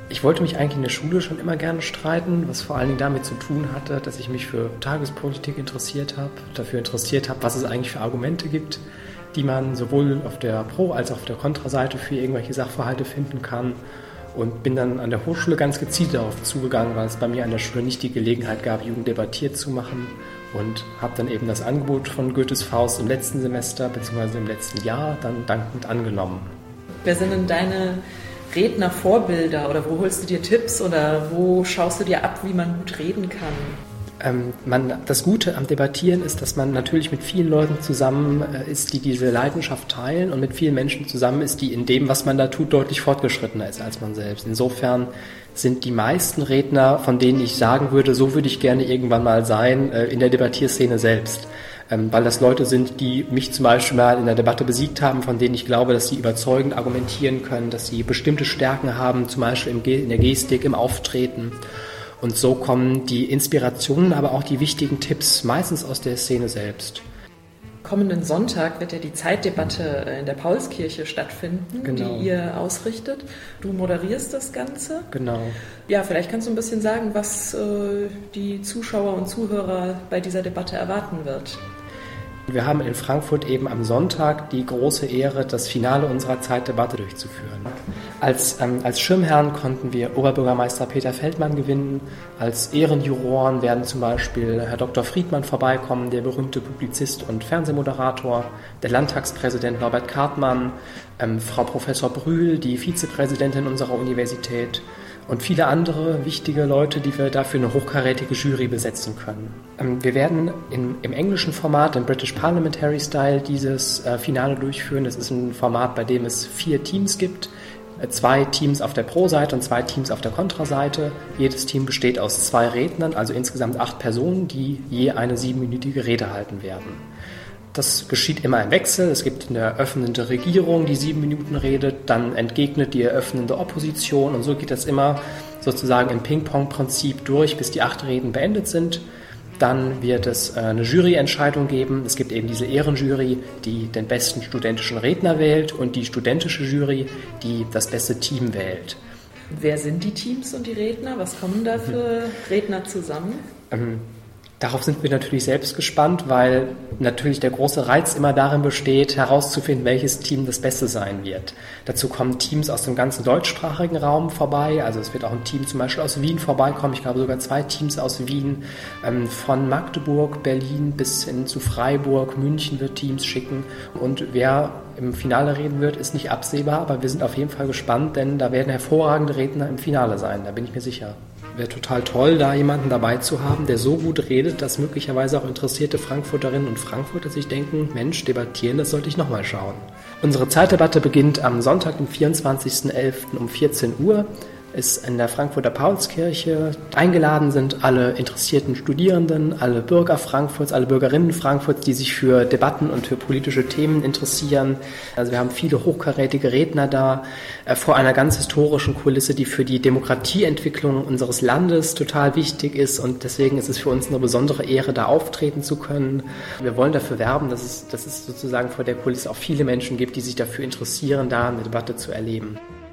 Ich wollte mich eigentlich in der Schule schon immer gerne streiten, was vor allen Dingen damit zu tun hatte, dass ich mich für Tagespolitik interessiert habe, dafür interessiert habe, was es eigentlich für Argumente gibt, die man sowohl auf der Pro- als auch auf der Kontraseite für irgendwelche Sachverhalte finden kann. Und bin dann an der Hochschule ganz gezielt darauf zugegangen, weil es bei mir an der Schule nicht die Gelegenheit gab, Jugend debattiert zu machen. Und habe dann eben das Angebot von Goethes Faust im letzten Semester bzw. im letzten Jahr dann dankend angenommen. Wer sind denn deine Rednervorbilder oder wo holst du dir Tipps oder wo schaust du dir ab, wie man gut reden kann? Das Gute am Debattieren ist, dass man natürlich mit vielen Leuten zusammen ist, die diese Leidenschaft teilen und mit vielen Menschen zusammen ist, die in dem, was man da tut, deutlich fortgeschrittener ist als man selbst. Insofern sind die meisten Redner, von denen ich sagen würde, so würde ich gerne irgendwann mal sein, in der Debattierszene selbst. Weil das Leute sind, die mich zum Beispiel mal in der Debatte besiegt haben, von denen ich glaube, dass sie überzeugend argumentieren können, dass sie bestimmte Stärken haben, zum Beispiel in der Gestik, im Auftreten. Und so kommen die Inspirationen, aber auch die wichtigen Tipps meistens aus der Szene selbst. Kommenden Sonntag wird ja die Zeitdebatte in der Paulskirche stattfinden, genau, die ihr ausrichtet. Du moderierst das Ganze. Genau. Ja, vielleicht kannst du ein bisschen sagen, was die Zuschauer und Zuhörer bei dieser Debatte erwarten wird. Wir haben in Frankfurt eben am Sonntag die große Ehre, das Finale unserer Zeitdebatte durchzuführen. Als Schirmherren konnten wir Oberbürgermeister Peter Feldmann gewinnen. Als Ehrenjuroren werden zum Beispiel Herr Dr. Friedmann vorbeikommen, der berühmte Publizist und Fernsehmoderator, der Landtagspräsident Norbert Kartmann, Frau Professor Brühl, die Vizepräsidentin unserer Universität und viele andere wichtige Leute, die wir dafür eine hochkarätige Jury besetzen können. Wir werden im englischen Format, im British Parliamentary Style, dieses Finale durchführen. Das ist ein Format, bei dem es 4 Teams gibt. 2 Teams auf der Pro-Seite und 2 Teams auf der Kontra-Seite. Jedes Team besteht aus 2 Rednern, also insgesamt 8 Personen, die je eine 7-minütige Rede halten werden. Das geschieht immer im Wechsel. Es gibt eine eröffnende Regierung, die 7 Minuten redet, dann entgegnet die eröffnende Opposition und so geht das immer sozusagen im Ping-Pong-Prinzip durch, bis die 8 Reden beendet sind. Dann wird es eine Juryentscheidung geben. Es gibt eben diese Ehrenjury, die den besten studentischen Redner wählt und die studentische Jury, die das beste Team wählt. Wer sind die Teams und die Redner? Was kommen da für Redner zusammen? Darauf sind wir natürlich selbst gespannt, weil natürlich der große Reiz immer darin besteht, herauszufinden, welches Team das Beste sein wird. Dazu kommen Teams aus dem ganzen deutschsprachigen Raum vorbei. Also es wird auch ein Team zum Beispiel aus Wien vorbeikommen. Ich glaube sogar 2 Teams aus Wien. Von Magdeburg, Berlin bis hin zu Freiburg, München wird Teams schicken. Und wer im Finale reden wird, ist nicht absehbar, aber wir sind auf jeden Fall gespannt, denn da werden hervorragende Redner im Finale sein, da bin ich mir sicher. Wäre total toll, da jemanden dabei zu haben, der so gut redet, dass möglicherweise auch interessierte Frankfurterinnen und Frankfurter sich denken, Mensch, debattieren, das sollte ich nochmal schauen. Unsere Zeitdebatte beginnt am Sonntag, den 24.11. um 14 Uhr. Ist in der Frankfurter Paulskirche. Eingeladen sind alle interessierten Studierenden, alle Bürger Frankfurts, alle Bürgerinnen Frankfurts, die sich für Debatten und für politische Themen interessieren. Also wir haben viele hochkarätige Redner da, vor einer ganz historischen Kulisse, die für die Demokratieentwicklung unseres Landes total wichtig ist und deswegen ist es für uns eine besondere Ehre, da auftreten zu können. Wir wollen dafür werben, dass es sozusagen vor der Kulisse auch viele Menschen gibt, die sich dafür interessieren, da eine Debatte zu erleben.